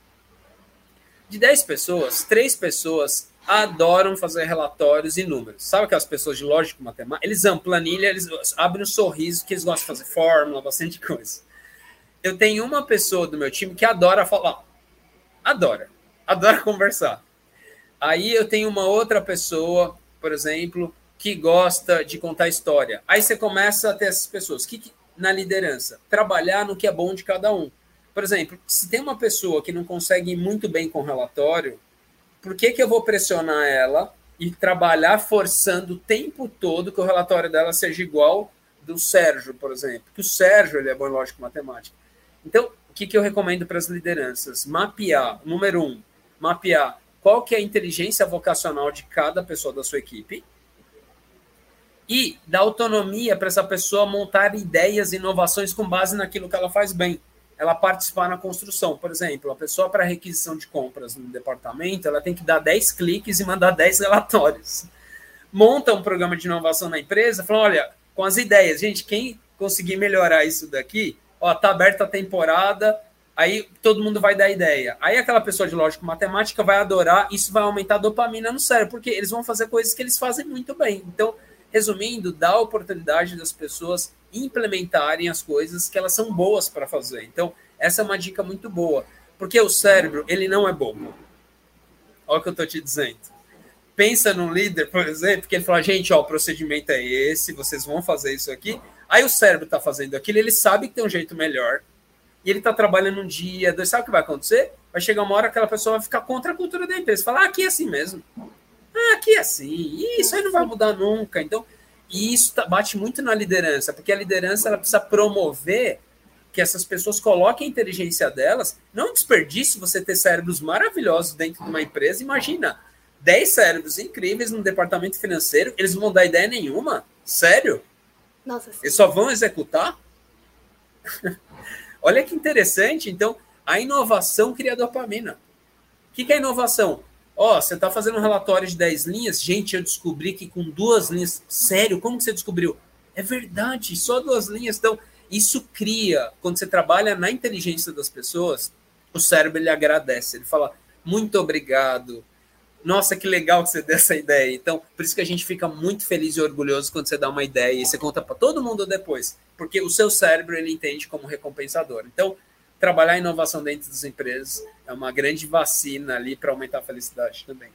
De dez pessoas, três pessoas adoram fazer relatórios e números. Sabe aquelas pessoas de lógico matemática? Eles amam planilha, eles abrem um sorriso, que eles gostam de fazer fórmula, bastante coisa. Eu tenho uma pessoa do meu time que adora falar. Adora. Adora conversar. Aí eu tenho uma outra pessoa, por exemplo, que gosta de contar história. Aí você começa a ter essas pessoas. O que, que na liderança? Trabalhar no que é bom de cada um. Por exemplo, se tem uma pessoa que não consegue ir muito bem com o relatório, por que, que eu vou pressionar ela e trabalhar forçando o tempo todo que o relatório dela seja igual do Sérgio, por exemplo? Que o Sérgio ele é bom em lógica e matemática. Então, o que, que eu recomendo para as lideranças? Mapear, número um, mapear qual que é a inteligência vocacional de cada pessoa da sua equipe e dar autonomia para essa pessoa montar ideias e inovações com base naquilo que ela faz bem. Ela participar na construção. Por exemplo, a pessoa para requisição de compras no departamento, ela tem que dar dez cliques e mandar dez relatórios. Monta um programa de inovação na empresa, fala, olha, com as ideias. Gente, quem conseguir melhorar isso daqui, ó, tá aberta a temporada, aí todo mundo vai dar ideia. Aí aquela pessoa de lógico-matemática vai adorar, isso vai aumentar a dopamina no cérebro, porque eles vão fazer coisas que eles fazem muito bem. Então, resumindo, dá a oportunidade das pessoas implementarem as coisas que elas são boas para fazer. Então, essa é uma dica muito boa, porque o cérebro, ele não é bobo. Olha o que eu estou te dizendo. Pensa num líder, por exemplo, que ele fala, gente, ó, o procedimento é esse, vocês vão fazer isso aqui. Aí o cérebro está fazendo aquilo, ele sabe que tem um jeito melhor, e ele está trabalhando um dia, dois, sabe o que vai acontecer? Vai chegar uma hora que aquela pessoa vai ficar contra a cultura da empresa, falar, ah, aqui é assim mesmo. Ah, aqui é assim, isso aí não vai mudar nunca. Então, e isso bate muito na liderança, porque a liderança ela precisa promover que essas pessoas coloquem a inteligência delas. Não desperdice você ter cérebros maravilhosos dentro de uma empresa. Imagina, dez cérebros incríveis no departamento financeiro, eles não vão dar ideia nenhuma? Sério? Nossa, sim. Eles só vão executar? Olha que interessante. Então, a inovação cria dopamina. O que é inovação? Ó, oh, você está fazendo um relatório de dez linhas? Gente, eu descobri que com duas linhas... Sério, como que você descobriu? É verdade, só duas linhas. Então, isso cria... Quando você trabalha na inteligência das pessoas, o cérebro, ele agradece. Ele fala, muito obrigado. Nossa, que legal que você deu essa ideia. Então, por isso que a gente fica muito feliz e orgulhoso quando você dá uma ideia e você conta para todo mundo depois. Porque o seu cérebro, ele entende como recompensador. Então, trabalhar a inovação dentro das empresas é uma grande vacina ali para aumentar a felicidade também.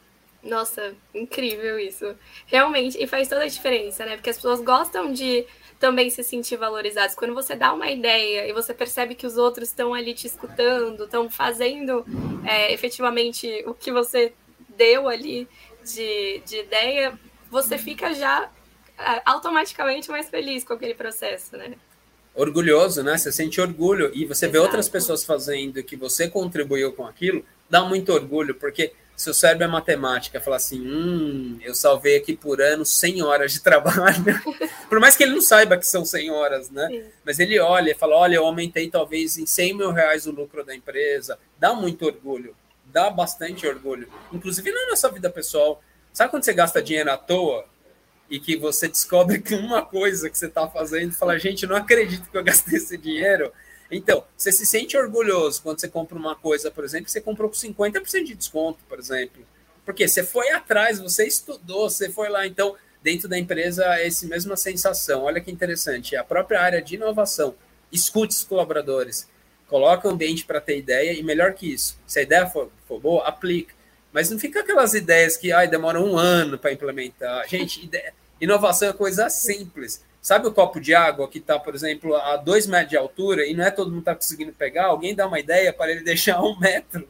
Nossa, incrível isso. Realmente, e faz toda a diferença, né? Porque as pessoas gostam de também se sentir valorizadas. Quando você dá uma ideia e você percebe que os outros estão ali te escutando, estão fazendo é, efetivamente o que você deu ali de, de ideia, você fica já automaticamente mais feliz com aquele processo, né? Orgulhoso, né? Você sente orgulho e você Exato. Vê outras pessoas fazendo que você contribuiu com aquilo, dá muito orgulho, porque seu cérebro é matemática, fala assim, hum, eu salvei aqui por ano cem horas de trabalho, por mais que ele não saiba que são cem horas, né? Sim. Mas ele olha e fala, olha, eu aumentei talvez em cem mil reais o lucro da empresa, dá muito orgulho, dá bastante orgulho, inclusive na nossa vida pessoal. Sabe quando você gasta dinheiro à toa? E que você descobre que uma coisa que você está fazendo, fala, gente, não acredito que eu gastei esse dinheiro. Então, você se sente orgulhoso quando você compra uma coisa, por exemplo, que você comprou com cinquenta por cento de desconto, por exemplo. Porque você foi atrás, você estudou, você foi lá. Então, dentro da empresa, é essa mesma sensação. Olha que interessante. A própria área de inovação, escute os colaboradores, coloca o ambiente para ter ideia e, melhor que isso, se a ideia for, for boa, aplica. Mas não fica aquelas ideias que ai, demoram um ano para implementar. Gente, ideia, inovação é coisa simples. Sabe o copo de água que está, por exemplo, a dois metros de altura e não é todo mundo está conseguindo pegar? Alguém dá uma ideia para ele deixar um metro.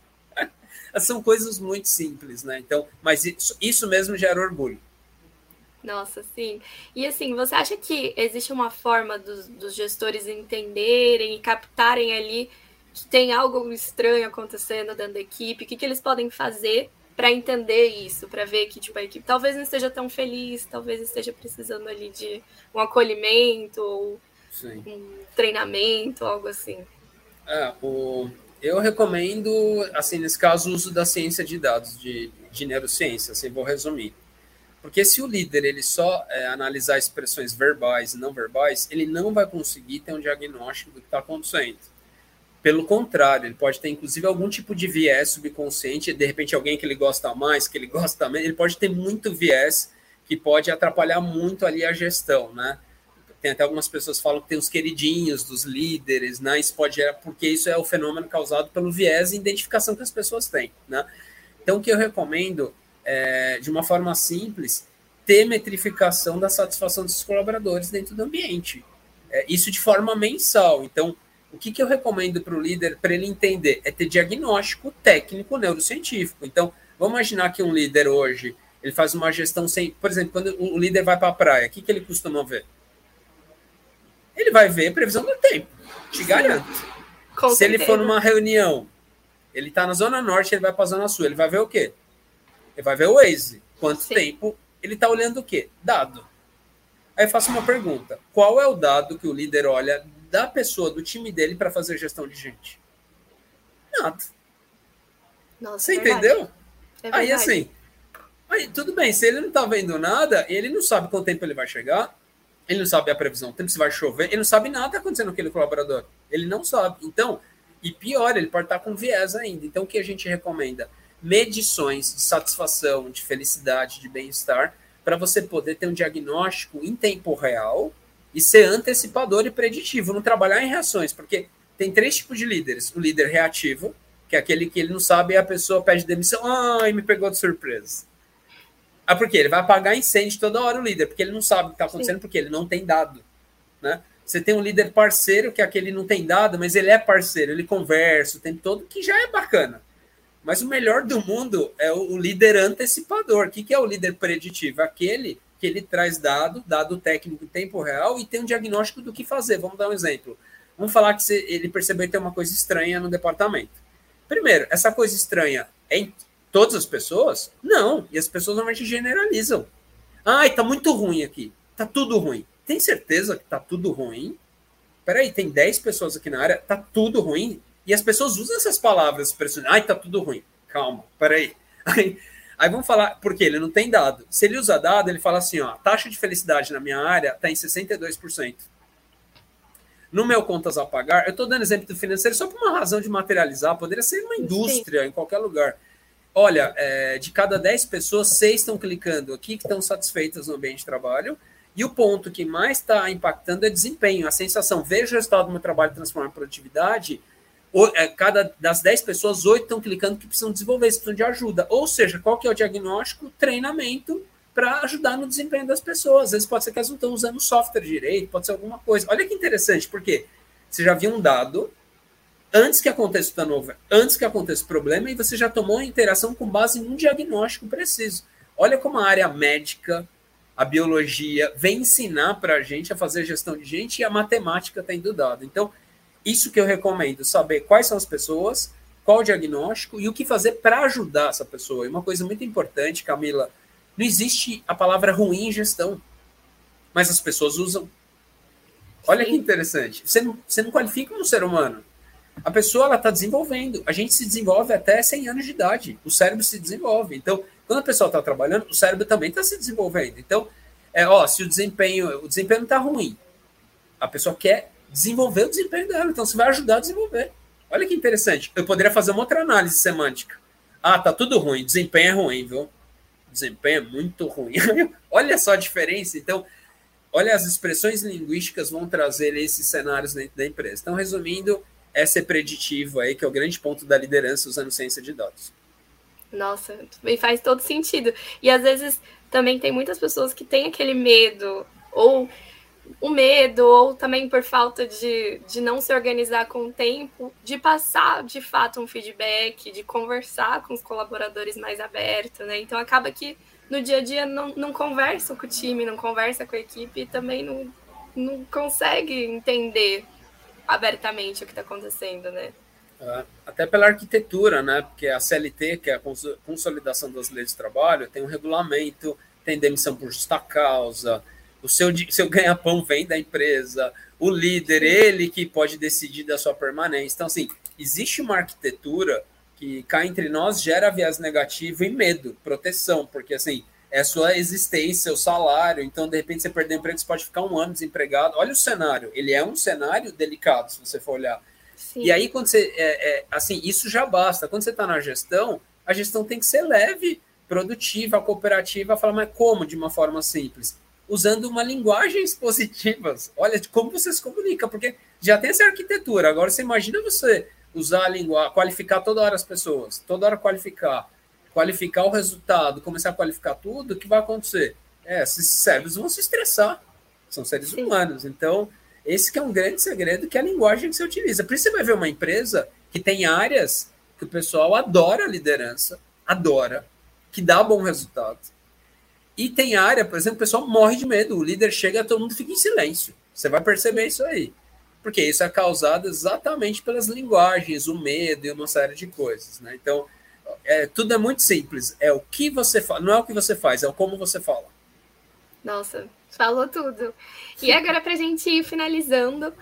São coisas muito simples, né? Então, mas isso, isso mesmo gera orgulho. Nossa, sim. E assim, você acha que existe uma forma dos, dos gestores entenderem e captarem ali que tem algo estranho acontecendo dentro da equipe? O que, que eles podem fazer para entender isso, para ver que tipo, a equipe talvez não esteja tão feliz, talvez esteja precisando ali de um acolhimento ou Sim. um treinamento, algo assim? É, o... Eu recomendo, assim, nesse caso, o uso da ciência de dados, de, de neurociência, assim, vou resumir. Porque se o líder ele só é, analisar expressões verbais e não verbais, ele não vai conseguir ter um diagnóstico do que está acontecendo. Pelo contrário, ele pode ter, inclusive, algum tipo de viés subconsciente, de repente alguém que ele gosta mais, que ele gosta menos, ele pode ter muito viés que pode atrapalhar muito ali a gestão, né? Tem até algumas pessoas que falam que tem os queridinhos dos líderes, né? Isso pode gerar, porque isso é o fenômeno causado pelo viés e identificação que as pessoas têm, né? Então, o que eu recomendo, é, de uma forma simples, ter metrificação da satisfação dos colaboradores dentro do ambiente. É, isso de forma mensal. Então, o que, que eu recomendo para o líder, para ele entender? É ter diagnóstico técnico neurocientífico. Então, vamos imaginar que um líder hoje, ele faz uma gestão sem... Por exemplo, quando o líder vai para a praia, o que, que ele costuma ver? Ele vai ver previsão do tempo, te garanto. Com Se certeza. Ele for numa reunião, ele está na Zona Norte, ele vai para a Zona Sul, ele vai ver o quê? Ele vai ver o Waze. Quanto Sim. tempo ele está olhando o quê? Dado. Aí eu faço uma pergunta. Qual é o dado que o líder olha da pessoa, do time dele, para fazer gestão de gente? Nada. Nossa, Você é entendeu? É aí assim, aí, tudo bem, se ele não está vendo nada, ele não sabe quanto tempo ele vai chegar, Ele não sabe a previsão do tempo, se vai chover, ele não sabe nada que está acontecendo com aquele colaborador. Ele não sabe. Então, e pior, ele pode estar com viés ainda. Então, o que a gente recomenda? Medições de satisfação, de felicidade, de bem-estar, para você poder ter um diagnóstico em tempo real e ser antecipador e preditivo, não trabalhar em reações, porque tem três tipos de líderes. O líder reativo, que é aquele que ele não sabe e a pessoa pede demissão, ai, me pegou de surpresa. Ah, por quê? Ele vai apagar incêndio toda hora, o líder, porque ele não sabe o que está acontecendo, Sim. porque ele não tem dado, né? Você tem um líder parceiro, que é aquele que não tem dado, mas ele é parceiro, ele conversa o tempo todo, que já é bacana. Mas o melhor do mundo é o líder antecipador. O que é o líder preditivo? Aquele que ele traz dado, dado técnico em tempo real e tem um diagnóstico do que fazer. Vamos dar um exemplo. Vamos falar que ele percebeu que tem uma coisa estranha no departamento. Primeiro, essa coisa estranha é em todas as pessoas? Não. E as pessoas normalmente generalizam. Ai, tá muito ruim aqui. Tá tudo ruim. Tem certeza que tá tudo ruim? Peraí, tem dez pessoas aqui na área, tá tudo ruim? E as pessoas usam essas palavras expressões. Ai, tá tudo ruim. Calma, peraí. Aí, aí vamos falar, porque ele não tem dado. Se ele usa dado, ele fala assim, ó, a taxa de felicidade na minha área tá em sessenta e dois por cento. No meu contas a pagar, eu estou dando exemplo do financeiro só por uma razão de materializar, poderia ser uma indústria, Sim. em qualquer lugar. Olha, é, de cada dez pessoas, seis estão clicando aqui, que estão satisfeitas no ambiente de trabalho, e o ponto que mais está impactando é desempenho, a sensação, veja o resultado do meu trabalho transformar em produtividade, o, é, cada das dez pessoas, oito estão clicando que precisam desenvolver, precisam de ajuda. Ou seja, qual que é o diagnóstico? Treinamento para ajudar no desempenho das pessoas. Às vezes pode ser que elas não estão usando o software direito, pode ser alguma coisa. Olha que interessante, porque você já viu um dado antes que aconteça o turnover, antes que aconteça o problema, e você já tomou uma interação com base em um diagnóstico preciso. Olha como a área médica, a biologia, vem ensinar para a gente a fazer gestão de gente e a matemática está indo dado. Então, isso que eu recomendo, saber quais são as pessoas, qual o diagnóstico e o que fazer para ajudar essa pessoa. E uma coisa muito importante, Camila, não existe a palavra ruim em gestão, mas as pessoas usam. Olha Sim. que interessante. Você não, você não qualifica um ser humano. A pessoa está desenvolvendo. A gente se desenvolve até cem anos de idade. O cérebro se desenvolve. Então, quando a pessoa está trabalhando, o cérebro também está se desenvolvendo. Então, é, ó, se o desempenho o desempenho está ruim, a pessoa quer desenvolver o desempenho dela. Então, você vai ajudar a desenvolver. Olha que interessante. Eu poderia fazer uma outra análise semântica. Ah, tá tudo ruim. Desempenho é ruim, viu? Desempenho é muito ruim. Olha só a diferença. Então, olha, as expressões linguísticas vão trazer esses cenários dentro da empresa. Então, resumindo, é ser preditivo aí, que é o grande ponto da liderança usando ciência de dados. Nossa, faz todo sentido. E às vezes também tem muitas pessoas que têm aquele medo, ou o medo, ou também por falta de, de não se organizar com o tempo, de passar de fato um feedback, de conversar com os colaboradores mais aberto, né? Então acaba que no dia a dia não, não conversa com o time, não conversa com a equipe e também não, não consegue entender abertamente o que está acontecendo, né? Até pela arquitetura, né? Porque a C L T, que é a Consolidação das Leis de Trabalho, tem um regulamento, tem demissão por justa causa, o seu, seu ganha-pão vem da empresa, o líder, ele que pode decidir da sua permanência. Então, assim, existe uma arquitetura que cá entre nós gera viés negativo e medo, proteção, porque, assim, é a sua existência, o salário, então, de repente, você perder o emprego, você pode ficar um ano desempregado. Olha o cenário, ele é um cenário delicado, se você for olhar. Sim. E aí, quando você, é, é, assim, isso já basta. Quando você está na gestão, a gestão tem que ser leve, produtiva, cooperativa, falar, mas como? De uma forma simples. Usando uma linguagens positivas. Olha, como você se comunica, porque já tem essa arquitetura. Agora, você imagina você usar a linguagem, qualificar toda hora as pessoas, toda hora qualificar, qualificar o resultado, começar a qualificar tudo, o que vai acontecer? É, esses cérebros vão se estressar. São seres Sim. humanos. Então, esse que é um grande segredo, que é a linguagem que você utiliza. Por isso você vai ver uma empresa que tem áreas que o pessoal adora a liderança, adora, que dá bom resultado. E tem área, por exemplo, o pessoal morre de medo. O líder chega, todo mundo fica em silêncio. Você vai perceber isso aí. Porque isso é causado exatamente pelas linguagens, o medo e uma série de coisas, né? Então, é, tudo é muito simples. É o que você faz, não é o que você faz, é o como você fala. Nossa, falou tudo. E agora, para a gente ir finalizando,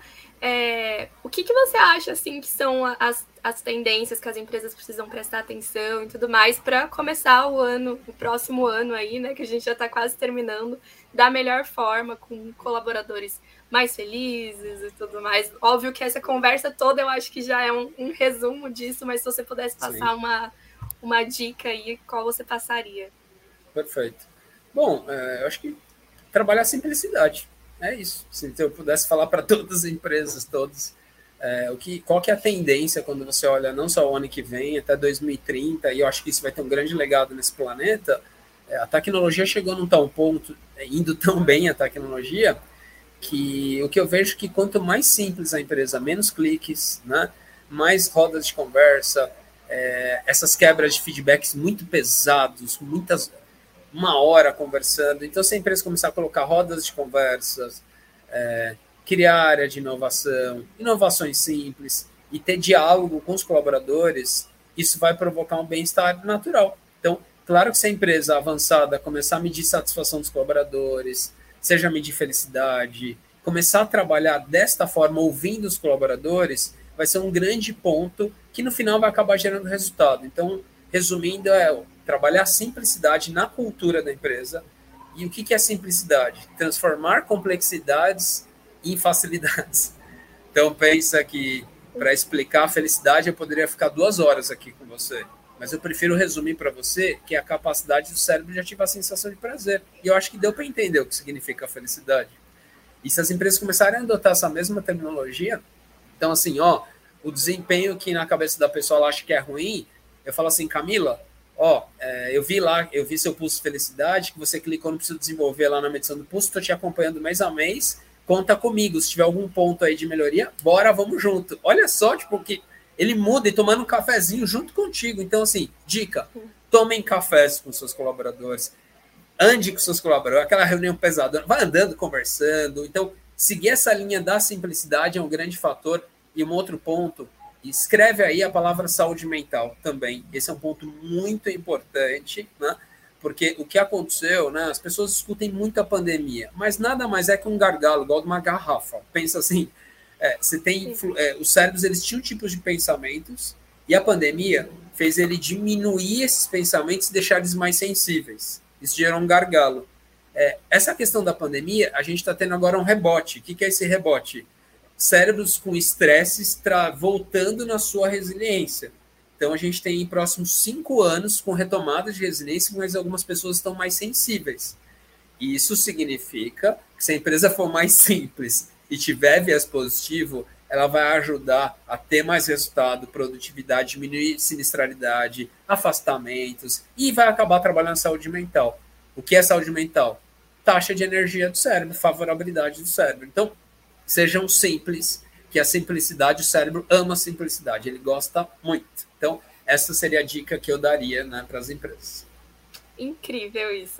É, o que, que você acha, assim, que são as, as tendências que as empresas precisam prestar atenção e tudo mais para começar o ano, o próximo ano aí, né, que a gente já está quase terminando, da melhor forma, com colaboradores mais felizes e tudo mais. Óbvio que essa conversa toda eu acho que já é um, um resumo disso, mas se você pudesse passar uma, uma dica aí, qual você passaria? Perfeito. Bom, é, eu acho que trabalhar a simplicidade. É isso. Se eu pudesse falar para todas as empresas, todos, é, o que, qual que é a tendência quando você olha não só o ano que vem, até dois mil e trinta, e eu acho que isso vai ter um grande legado nesse planeta, é, a tecnologia chegou num tal ponto, é, indo tão bem a tecnologia, que o que eu vejo é que quanto mais simples a empresa, menos cliques, né, mais rodas de conversa, é, essas quebras de feedbacks muito pesados, muitas... uma hora conversando. Então, se a empresa começar a colocar rodas de conversas, é, criar área de inovação, inovações simples e ter diálogo com os colaboradores, isso vai provocar um bem-estar natural. Então, claro que se a empresa avançada começar a medir satisfação dos colaboradores, seja medir felicidade, começar a trabalhar desta forma, ouvindo os colaboradores, vai ser um grande ponto que no final vai acabar gerando resultado. Então, resumindo, é trabalhar a simplicidade na cultura da empresa. E o que é simplicidade? Transformar complexidades em facilidades. Então, pensa que para explicar a felicidade eu poderia ficar duas horas aqui com você, mas eu prefiro resumir para você que é a capacidade do cérebro de ativar a sensação de prazer. E eu acho que deu para entender o que significa a felicidade. E se as empresas começarem a adotar essa mesma terminologia, então assim, ó, o desempenho que na cabeça da pessoa ela acha que é ruim, eu falo assim, Camila, ó, é, eu vi lá, eu vi seu pulso de felicidade, que você clicou no Preciso Desenvolver lá na medição do pulso, estou te acompanhando mês a mês, conta comigo, se tiver algum ponto aí de melhoria, bora, vamos junto. Olha só, tipo, que ele muda e tomando um cafezinho junto contigo. Então, assim, dica, tomem cafés com seus colaboradores, ande com seus colaboradores, aquela reunião pesada, vai andando, conversando. Então, seguir essa linha da simplicidade é um grande fator. E um outro ponto, escreve aí a palavra saúde mental também. Esse é um ponto muito importante, né? Porque o que aconteceu, né? As pessoas discutem muito a pandemia, mas nada mais é que um gargalo, igual de uma garrafa. Pensa assim, é, você tem, é, os cérebros eles tinham tipos de pensamentos e a pandemia fez ele diminuir esses pensamentos e deixar eles mais sensíveis. Isso gerou um gargalo. É, essa questão da pandemia, a gente está tendo agora um rebote. O que, que é esse rebote? Cérebros com estresse voltando na sua resiliência. Então, a gente tem em próximos cinco anos com retomadas de resiliência, mas algumas pessoas estão mais sensíveis. E isso significa que se a empresa for mais simples e tiver viés positivo, ela vai ajudar a ter mais resultado, produtividade, diminuir sinistralidade, afastamentos e vai acabar trabalhando saúde mental. O que é saúde mental? Taxa de energia do cérebro, favorabilidade do cérebro. Então, sejam simples, que a simplicidade, o cérebro ama a simplicidade, ele gosta muito. Então, essa seria a dica que eu daria, né, para as empresas. Incrível isso.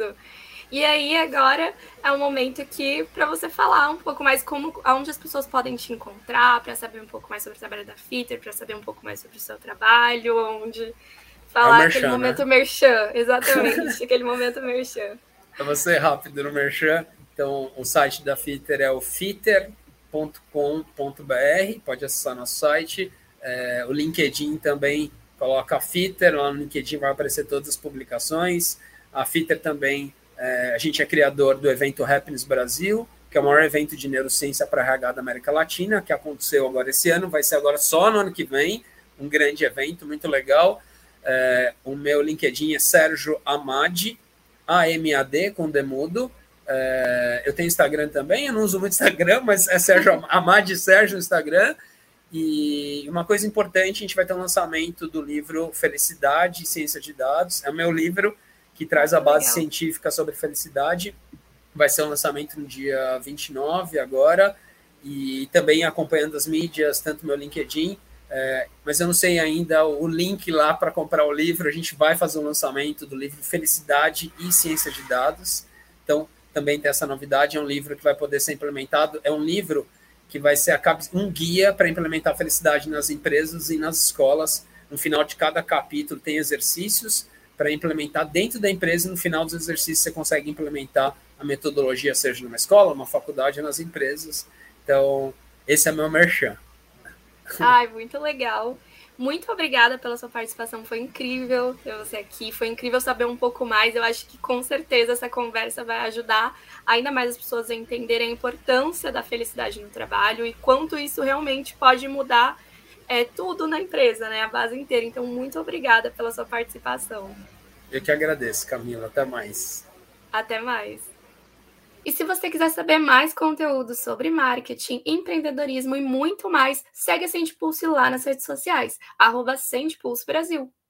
E aí, agora é o momento aqui para você falar um pouco mais como, onde as pessoas podem te encontrar, para saber um pouco mais sobre o trabalho da Fitter, para saber um pouco mais sobre o seu trabalho, onde falar é merchan, aquele momento né? merchan, exatamente, aquele momento merchan. Para você rápido no merchan, então o site da Fitter é o fitter ponto com ponto b r, pode acessar nosso site, é, o LinkedIn também coloca a Fitter, lá no LinkedIn vai aparecer todas as publicações, a Fitter também, é, a gente é criador do evento Happiness Brasil, que é o maior evento de neurociência para R H da América Latina, que aconteceu agora esse ano, vai ser agora só no ano que vem, um grande evento, muito legal. É, o meu LinkedIn é Sérgio Amad, A M A D com demudo. É, eu tenho Instagram também, eu não uso muito Instagram, mas é Sérgio Amad Sérgio no Instagram. E uma coisa importante, a gente vai ter um lançamento do livro Felicidade e Ciência de Dados. É o meu livro que traz a base legal. científica sobre felicidade. Vai ser um lançamento no dia vinte e nove agora. E também acompanhando as mídias, tanto meu LinkedIn. É, mas eu não sei ainda o link lá para comprar o livro. A gente vai fazer um lançamento do livro Felicidade e Ciência de Dados. Então, também tem essa novidade. É um livro que vai poder ser implementado. É um livro que vai ser um guia para implementar a felicidade nas empresas e nas escolas. No final de cada capítulo tem exercícios para implementar dentro da empresa. E no final dos exercícios você consegue implementar a metodologia, seja numa escola, numa faculdade ou nas empresas. Então, esse é meu merchan. Ai, muito legal. Muito obrigada pela sua participação, foi incrível ter você aqui, foi incrível saber um pouco mais. Eu acho que com certeza essa conversa vai ajudar ainda mais as pessoas a entenderem a importância da felicidade no trabalho e quanto isso realmente pode mudar é, tudo na empresa, né? A base inteira. Então, muito obrigada pela sua participação. Eu que agradeço, Camila. Até mais. Até mais. E se você quiser saber mais conteúdo sobre marketing, empreendedorismo e muito mais, segue a Sente Pulse lá nas redes sociais, arroba Sente Pulse Brasil.